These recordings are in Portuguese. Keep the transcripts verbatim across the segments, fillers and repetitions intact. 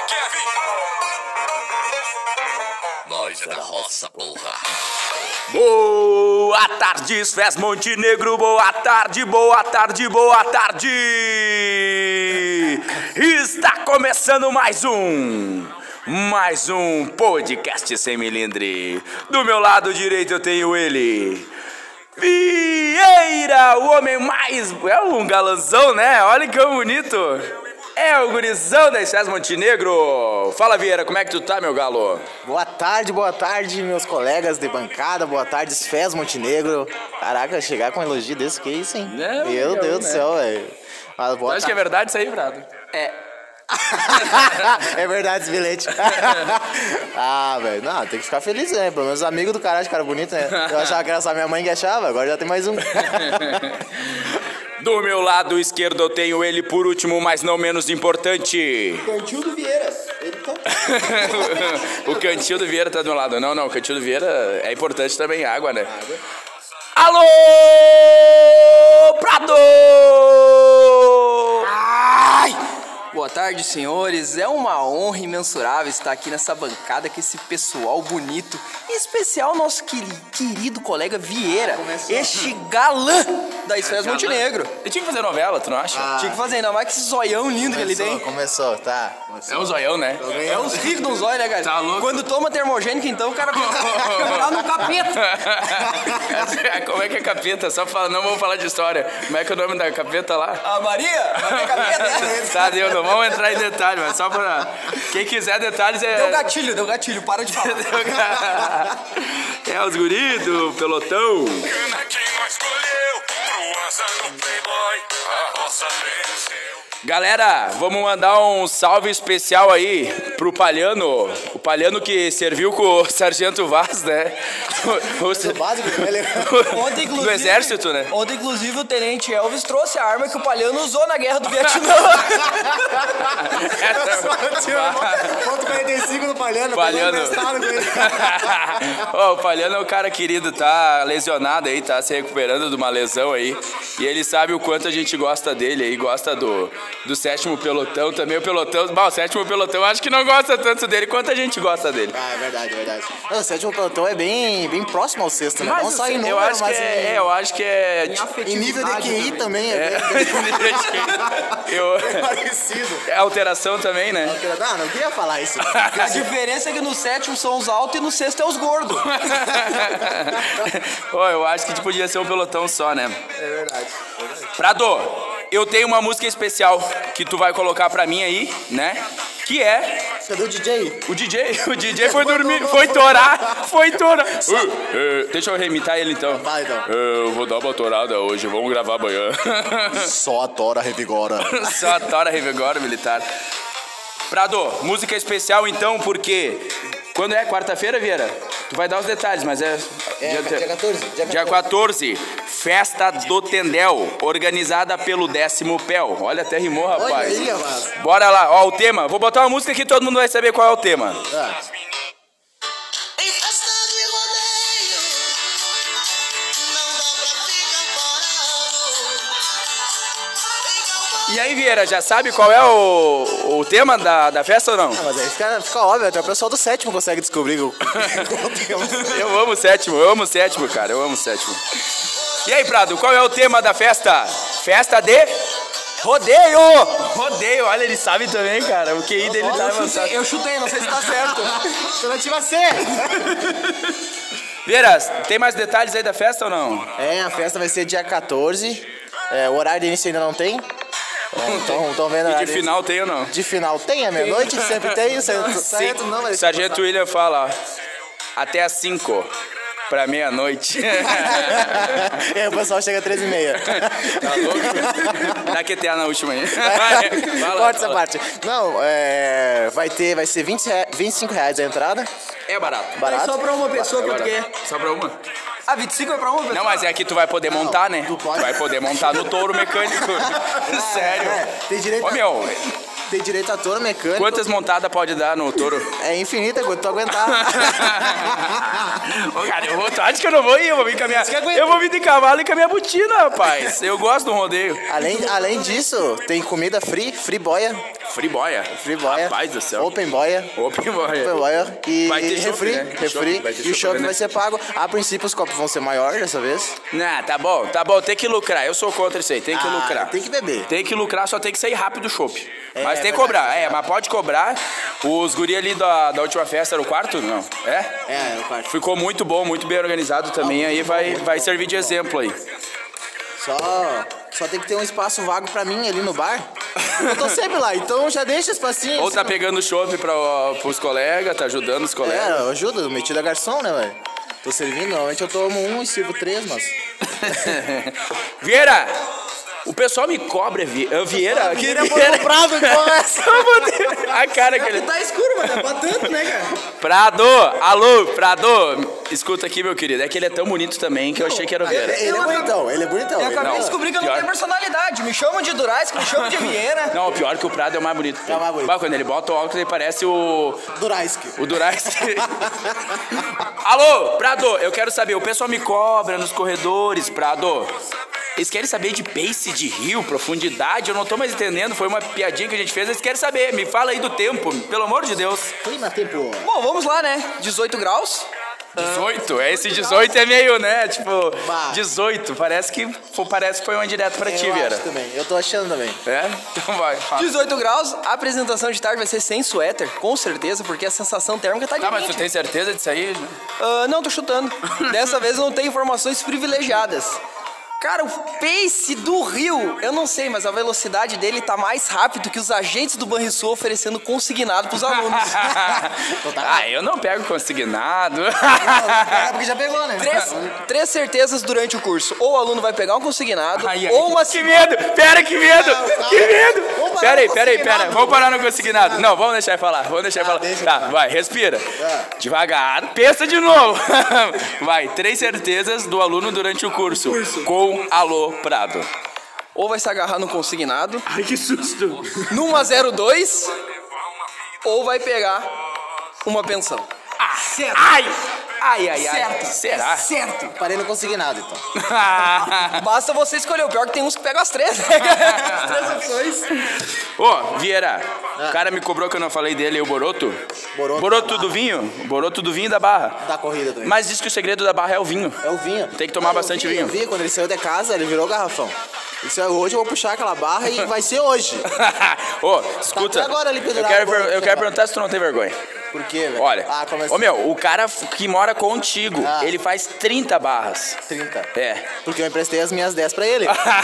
Nós é da roça, porra. Boa tarde, Fez Montenegro, boa tarde, boa tarde, boa tarde! Está começando mais um, mais um podcast sem milindre. Do meu lado direito eu tenho ele, Vieira, o homem mais... é um galanzão, né? Olha que bonito! É o gurizão da Fez Montenegro. Fala, Vieira, como é que tu tá, meu galo? Boa tarde, boa tarde, meus colegas de bancada. Boa tarde, Fez Montenegro. Caraca, chegar com um elogio desse, que isso, hein? Não, Meu não, Deus né? do céu, velho. Mas Tu boa acha que é verdade isso aí, Prado? É. É verdade esse bilhete. Ah, velho, não, tem que ficar feliz, né? Pelo menos amigo do caralho, cara bonito, né? Eu achava que era só minha mãe que achava, agora já tem mais um. Do meu lado esquerdo eu tenho ele, por último, mas não menos importante. Cantil do Vieira. Ele tá... O Cantil do Vieira tá do meu lado. Não, não, o Cantil do Vieira é importante também, água, né? Alô, Prado! Ai! Boa tarde, senhores. É uma honra imensurável estar aqui nessa bancada com esse pessoal bonito, em especial nosso queri- querido colega Vieira, este galã da Fez Montenegro. Eu tinha que fazer novela, tu não acha? Ah. Tinha que fazer, ainda mais que esse zoião lindo que ele Começou, tem. começou, tá. Começou. É um zoião, né? É os ricos do zóio, né, cara? Tá louco. Quando toma termogênico, então, o cara fica lá no capeta. Como é que é capeta? Só fala, não vamos falar de história. Como é que é o nome da capeta lá? A Maria? Maria Capeta. Tá, deu, não vamos entrar em detalhe, mas só pra... Quem quiser detalhes é... Deu gatilho, deu gatilho. Para de falar. É os guris do pelotão. Cana que nós escolheu pro asa no Playboy. A roça venceu. Galera, vamos mandar um salve especial aí pro Palhano. O Palhano que serviu com o Sargento Vaz, né? O, o, básico, ele... Ontem, inclusive, do exército, né? Ontem, inclusive, o Tenente Elvis trouxe a arma que o Palhano usou na Guerra do Vietnã. Ponto quarenta e cinco no Palhano. Palhano. pegou emprestado com ele. Ó, o Palhano é um cara querido, tá lesionado aí, tá se recuperando de uma lesão aí. E ele sabe o quanto a gente gosta dele aí, gosta do, do sétimo pelotão também. O pelotão, bom, o sétimo pelotão acho que não gosta tanto dele quanto a gente gosta dele. Ah, é verdade, é verdade. Não, o sétimo pelotão é bem, bem próximo ao sexto, né? Mas Não só em eu número, acho que mas é, em, é, eu acho que é, em nível de Q I também, é, é, bem, eu, bem parecido. é alteração também, né? Não, não queria falar isso. A diferença é que no sétimo são os altos e no sexto é os gordos. Pô, eu acho que podia ser um pelotão só, né? É verdade. Prado, eu tenho uma música especial que tu vai colocar pra mim aí, né? Que é... Cadê o D J? O D J, o D J foi dormir, foi torar, foi torar. Uh, uh, deixa eu reimitar ele então. Vai, então. Uh, eu vou dar uma torada hoje, vamos gravar amanhã. Só a Tora revigora. Só a tora revigora, militar. Prado, música especial então, porque... Quando é? Quarta-feira, Vieira? Tu vai dar os detalhes, mas é... É, dia quatorze. Dia quatorze, Festa do Tendel, organizada pelo Décimo Pel. Olha, até rimou, rapaz. Olha aí, rapaz. Bora lá, ó, o tema. Vou botar uma música que todo mundo vai saber qual é o tema. Ah. Em festa de rodeio, não dá pra ficar parado. E aí, Vieira, já sabe qual é o, o tema da, da festa ou não? Ah, mas aí fica, fica óbvio, até o pessoal do sétimo consegue descobrir o Eu amo o sétimo, eu amo o sétimo, cara, eu amo o sétimo. E aí, Prado, qual é o tema da festa? Festa de... Rodeio! Rodeio, olha, ele sabe também, cara. O Q I dele tá Eu avançado. chutei, eu chutei, não sei se tá certo. Alternativa C. Vieira, tem mais detalhes aí da festa ou não? É, a festa vai ser dia quatorze. É, o horário de início ainda não tem. Então, estão vendo o E horário de final tem ou não? De final tem, à meia-noite, sempre tem. O sargento, sargento não vai deixar Sargento passar. William fala, ó, até às cinco, pra meia-noite. É, o pessoal chega às treze e meia. Tá louco? Dá Q T A na última aí. Vai, fala, Corta essa fala. parte. Não, é, vai ter, vai ser vinte, rea- vinte e cinco reais a entrada. É barato. Barato. Só pra uma pessoa, É por barato. quê? Só pra uma? Ah, vinte e cinco é pra uma pessoa? Não, mas é que tu vai poder montar, né? tu Tu pode. vai poder montar no touro mecânico. Sério. É, tem direito, Ô, a, meu, tem direito a touro mecânico. quantas montadas pode dar no touro? É infinita, quanto tu aguentar. Ô, cara, eu vou, tu acha que eu não vou ir? Eu vou vir com a minha... que aguenta. Eu vou vir de cavalo e com a minha botina, rapaz. Eu gosto do rodeio. Além, além disso, tem comida free, free boia. Friboia. Friboia. Rapaz do céu. Open boia. Open boia. Open boia. E Vai ter chopp, refri. né? Refri. Chopp, vai ter E o chopp, shopping né? vai ser pago. A princípio os copos vão ser maiores dessa vez. Não, tá bom, tá bom, tem que lucrar. Eu sou contra isso aí, tem que Ah, lucrar. tem que beber. Tem que lucrar, só tem que sair rápido o chopp. É, mas tem que verdade. cobrar, é, mas pode cobrar. Os guri ali da, da última festa era o quarto? Não. É? É, o quarto. Ficou muito bom, muito bem organizado também, aí vai, vai servir de exemplo aí. Só, só tem que ter um espaço vago pra mim ali no bar. Eu tô sempre lá, então já deixa espacinho. Ou tá pegando chopp pra, pros colegas, tá ajudando os colegas. É, eu ajudo, eu meti da garçom, né, velho? Tô servindo, normalmente eu tomo um e sirvo três, mas... Vieira! O pessoal me cobra, Vi- ah, Vieira. Que Vieira é Porto Prado que começa. A cara que ele. Tá escuro, mas é pra tanto, né, cara? Prado! Alô, Prado! Escuta aqui, meu querido. É que ele é tão bonito também que eu achei que era o Vieira. Ele é bonitão, ele é bonitão. Eu ele acabei não- de descobrir que eu não pior. tenho personalidade. Me chamam de Durais, me chamam de Vieira. Não, o pior é que o Prado é o mais bonito. É o mais bonito. Bah, quando ele bota o óculos, ele parece o. Duraiski. O Durais. Alô, Prado, eu quero saber. O pessoal me cobra nos corredores, Prado. Eles querem saber de pace de rio, profundidade. Eu não tô mais entendendo. Foi uma piadinha que a gente fez. Eles querem saber. Me fala aí do tempo, pelo amor de Deus. Clima, tempo. Bom, vamos lá, né? dezoito graus. dezoito? É, esse dezoito é meio, né? Tipo, Bah. dezoito. Parece que, foi- parece que foi um indireto pra ti, Eu Vieira. acho também, eu tô achando também. É? Então vai. fala. dezoito graus. A apresentação de tarde vai ser sem suéter, com certeza, porque a sensação térmica tá de Tá, mas tu vinte. tem certeza disso aí? Ah, não, tô chutando. Dessa vez eu não tenho informações privilegiadas. Cara, o pace do Rio, eu não sei, mas a velocidade dele tá mais rápido que os agentes do Banrisul oferecendo consignado pros alunos. Ah, eu não pego consignado. É, porque já pegou, né? Três, três certezas durante o curso. Ou o aluno vai pegar um consignado, Ai, ai, ou uma... Que medo! Pera, que medo! Que medo! Vamos parar Pera aí, no pera aí, consignado. pera. Vamos parar no consignado. Não, vamos deixar ele falar. Vamos deixar ele falar. deixa Tá, ele falar. vai, respira. É. Devagar. Pensa de novo. Vai, três certezas do aluno durante o curso. Com Alô Prado. Ou vai se agarrar no consignado, Ai, que susto. numa zero dois, ou vai pegar uma pensão. Ai! Ai, ai, ai. Certo. Será? Certo. Parei no consignado, então. Basta você escolher. O pior é que tem uns que pegam as três. As três opções. Ô, Vieira, o cara me cobrou que eu não falei dele, o Boroto. Boroto Boroto da do vinho. Boroto do vinho e da barra. Da corrida também. Mas diz que o segredo da barra é o vinho. É o vinho. Tem que tomar Ah, eu bastante vi, vinho. Eu vi, quando ele saiu de casa, ele virou garrafão. Isso é, hoje eu vou puxar aquela barra e vai ser hoje. Ô, escuta. até agora ali eu pendurado quero, no per- banco, eu quero né? perguntar se tu não tem vergonha. Por quê, velho? Olha, Ah, começou. ô meu, o cara f- que mora contigo, Ah. ele faz trinta barras. trinta. É. Porque eu emprestei as minhas dez pra ele.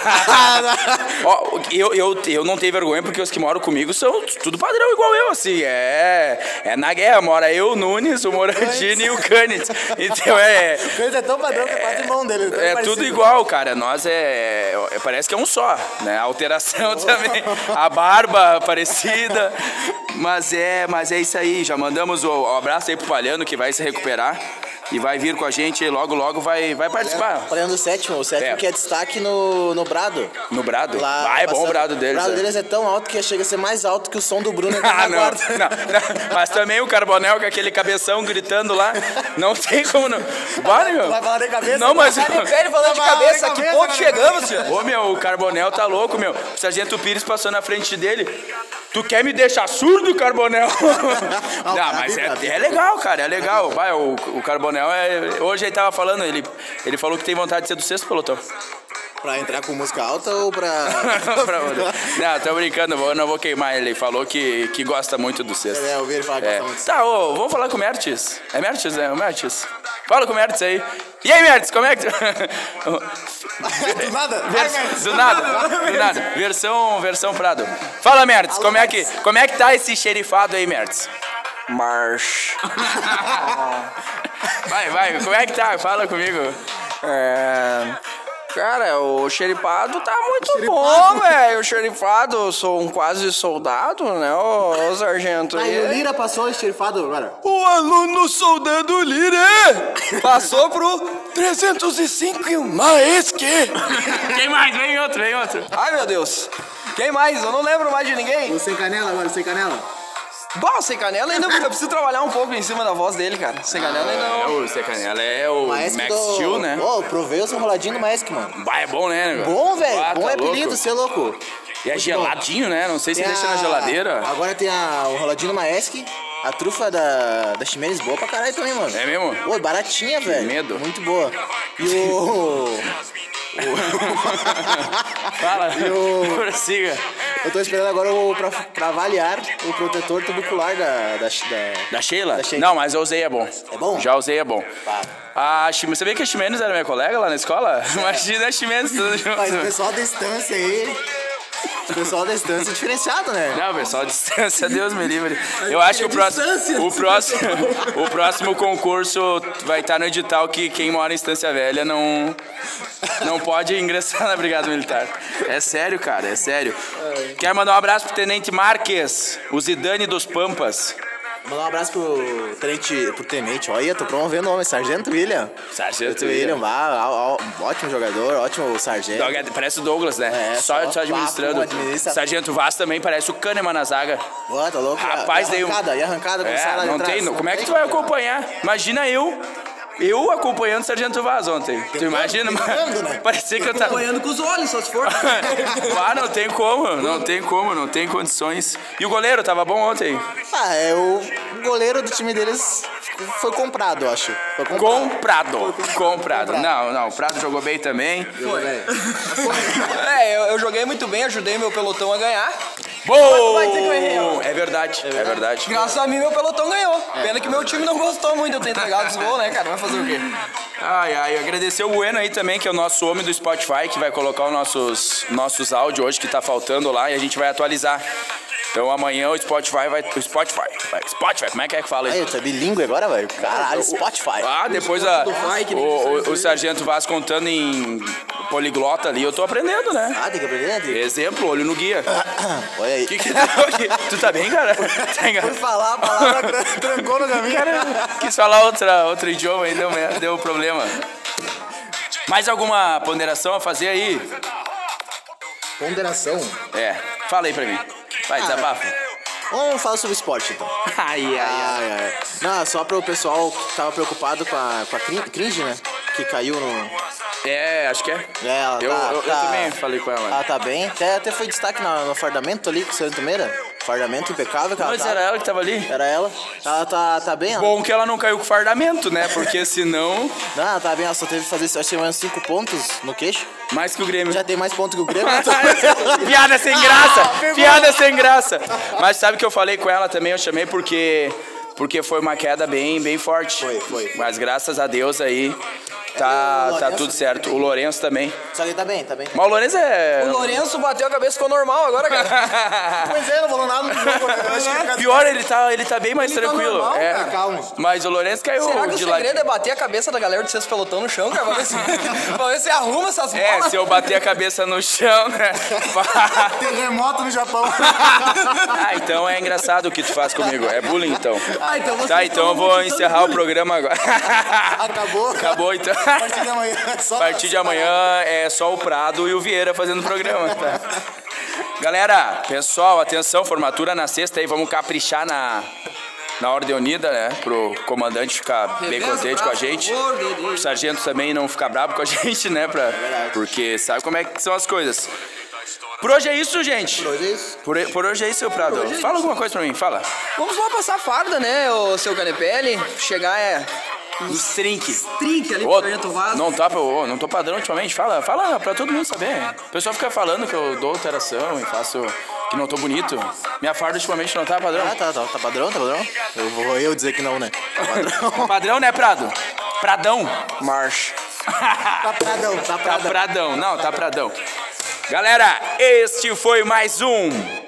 Ó, eu, eu, eu não tenho vergonha porque os que moram comigo são tudo padrão igual eu, assim. É, é na guerra, mora eu, o Nunes, o Morandini e o Canitz. Então é. Coisa é tão padrão que é quase irmão dele. tão É parecido. tudo igual, cara. Nós é, é- Parece que é um só, né? A alteração também. A barba parecida. Mas é, mas é isso aí. Já mandamos o, o abraço aí pro Palhano que vai se recuperar. E vai vir com a gente logo, logo vai, vai participar. Falando do sétimo, o sétimo É. que é destaque no, no Brado. No Brado? Lá, ah, é bom o passando- Brado deles. O Brado é. deles é tão alto que chega a ser mais alto que o som do Bruno aqui Ah, na não, guarda. não, não. Mas também o Carbonel com aquele cabeção gritando lá. Não tem como não. Bora, meu. Vai falar de cabeça? Não, mas. Tá de pé falando de Vai, vai, cabeça. vai, Que vai, ponto vai, chegamos, tio? Ô, meu, o Carbonel tá louco, meu. O Sargento Pires passou na frente dele. Tu quer me deixar surdo, Carbonel? Não, mas é, é legal, cara, é legal. Vai, o, o Carbonel é. Hoje ele tava falando, ele, ele falou que tem vontade de ser do sexto pelotão. Pra entrar com música alta ou pra... Pra onde? Não, tô brincando, eu não vou queimar ele. Ele falou que, que gosta muito do sexto. É, eu ouvi ele falar que É. gosta muito. Tá, ô, vamos falar com o Mertes. É Mertes, né? O Mertes. Fala com o Mertes aí. E aí, Mertes, como é que... Do nada? Vers- Do nada, do nada. Versão, versão Prado. Fala, Mertes, como é, que, como é que tá esse xerifado aí, Mertes? March. Vai, vai, como é que tá? Fala comigo. É... Cara, o xerifado tá muito bom, velho. O xerifado, eu sou um quase soldado, né, ô, ô sargento? Ah, e o E- Lira passou estirfado agora. O aluno soldado Lira passou pro trezentos e cinco e mais que... Quem mais? Vem outro, vem outro. Ai, meu Deus. Quem mais? Eu não lembro mais de ninguém. O sem canela agora, o sem canela. Bom, sem canela ainda eu preciso trabalhar um pouco em cima da voz dele, cara. Sem canela ainda É não. o Zé Canela, é o Maesc Max do... Steel, né? Ô, provei o seu enroladinho do Maesc, mano. Bah, é bom, né? nego? Bom, velho. Ah, Bom tá é louco. apelido, você é louco. E é Muito geladinho, né? Não sei se Tem deixa a- na geladeira. Agora tem a, o roladinho Maesc, a trufa da, da Ximenes boa pra caralho também, mano. É mesmo? Pô, baratinha, velho. medo. Muito boa. E o... Fala. E o- Prossiga. Eu tô esperando agora o, pra, pra avaliar o protetor tubicular da... da, da... Da Sheila? Da Sheila. Não, mas eu usei, é bom. É bom? Já usei, é bom. Tá. A Ximenes, sabia que a Ximenes era minha colega lá na escola? Imagina a Ximenes tudo junto. Mas o pessoal da distância aí... O pessoal da distância é diferenciado, né? Não, pessoal, distância, Deus me livre. Eu acho que o próximo, o próximo, o próximo concurso vai estar no edital que quem mora em Estância Velha não, não pode ingressar na Brigada Militar. É sério, cara, é sério. Quero mandar um abraço pro Tenente Marques, o Zidane dos Pampas. Mandar um abraço pro tenente, pro tenente. Olha, tô promovendo o homem, Sargento William. Sargento William, ah, ó, ó, ótimo jogador, ótimo sargento. Doug- Parece o Douglas, né? É, só, só só administrando. papo, administra- Sargento Vaz também parece o Kahneman na zaga. Ó, tá louco? Rapaz, e daí um- arrancada, e arrancada, É, sai lá de não trás. tem. não- Como é que tu vai acompanhar? Imagina eu. Eu acompanhando o Sargento Vaz ontem. Tu imagina? tentando, né? Parecia que eu tava. Acompanhando com os olhos, só se for. Ah, não tem como, não tem como, não tem condições. E o goleiro tava bom ontem? Ah, é o goleiro do time deles foi comprado, eu acho. Foi comprado. Comprado. Comprado. Não, não, o Prado jogou bem também. É, eu, eu joguei muito bem, ajudei meu pelotão a ganhar. Bom! Vai ter que eu errei, ó. É verdade, é verdade. Graças a mim, meu pelotão ganhou. Pena que meu time não gostou muito de eu ter entregado os gols, né, cara? Vai fazer o quê? Ai, ai, agradecer o Bueno aí também, que é o nosso homem do Spotify, que vai colocar os nossos, nossos áudios hoje que tá faltando lá e a gente vai atualizar. Então amanhã o Spotify vai. O Spotify. Vai, Spotify, como é que é que fala Aí, aí? tu é bilíngue agora, velho? Caralho, Spotify. Ah, depois a, Spotify, que nem o, o, você o Sargento Vaz contando em poliglota ali, eu tô aprendendo, né? Ah, tem que aprender, né? Tem que- Exemplo, olho no guia. Olha aí. Que que, tu tá bem, cara? Tá enganado? Falar a palavra trancou no caminho. Quis falar outra, outro idioma aí, deu, merda, deu problema. Mais alguma ponderação a fazer aí? Ponderação. É, fala aí pra mim. Vai, desabafa. Vamos falar sobre esporte, então. Ai, ai, ai. Ai, ai. Não, só pro pessoal que tava preocupado com a, com a crin- cringe, né? Que caiu no... É, acho que é. É, ela Eu, tá, eu, eu tá- também falei com ela. Ela tá bem. Até, até foi destaque no, no fardamento ali com o Santo Meira. Fardamento impecável que ela Mas tá. era ela que tava ali? Era ela. Ela tá, tá bem, ela... Bom que ela não caiu com fardamento, né? Porque senão, Não, ela tá bem, ela só teve que fazer, acho que mais uns cinco pontos no queixo. mais que o Grêmio. Já tem mais pontos que o Grêmio. né? Piada sem graça! Piada sem graça! Mas sabe que eu falei com ela também, eu chamei porque porque foi uma queda bem, bem forte. Foi, foi, foi. Mas graças a Deus aí tá, o tá Lourenço- tudo certo. O Lourenço também. Só que ele tá bem, tá bem. Mas o Lourenço é. O Lourenço bateu a cabeça e ficou normal agora, cara. Pois é, não falou nada do jogo. Eu acho que Pior, ele tá, ele tá bem mais Ele tá tranquilo. normal, é. cara. Calma. Mas o Lourenço caiu Será que o de lado. segredo é bater a cabeça da galera do sexto pelotão no chão, cara? Pra ver se, pra ver se arruma essas É, bolas. se eu bater a cabeça no chão, né? Terremoto no Japão. Ah, então é engraçado o que tu faz comigo. É bullying, então. Ah, então você Tá, então eu vou encerrar o programa agora. Acabou. Acabou, então. A partir de amanhã. é Só A partir de amanhã é só o Prado e o Vieira fazendo o programa, tá? Galera, pessoal, atenção, formatura na sexta aí, vamos caprichar na, na Ordem Unida, né? Pro comandante ficar bem Reveza o contente com a braço, gente. por favor, Dede. O sargento também não ficar bravo com a gente, né? Pra, porque sabe como é que são as coisas. Por hoje é isso, gente. Por hoje é isso. Por, por hoje é isso, Prado. hoje é Fala alguma coisa pra mim, fala. Vamos lá passar farda, né, o seu Canepele? Chegar é... Dos trinque. Trinque ali Ô, pro Sargento Vaz. não tá, ô, não tô padrão ultimamente. Fala, fala pra todo mundo saber. O pessoal fica falando que eu dou alteração e faço que não tô bonito. Minha farda ultimamente não tá padrão. Ah, tá, tá, tá padrão, tá padrão? Eu vou eu dizer que não, né? Tá padrão. Padrão, né, Prado? Pradão. Marcha. Tá pradão, tá Tá pradão. Pradão, não, tá Pradão. Galera, este foi mais um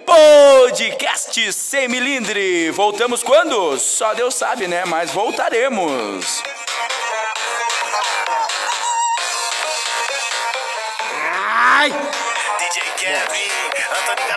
podcast Sem Milindre. Voltamos quando? Só Deus sabe, né? Mas voltaremos. D J Kevin, Antônio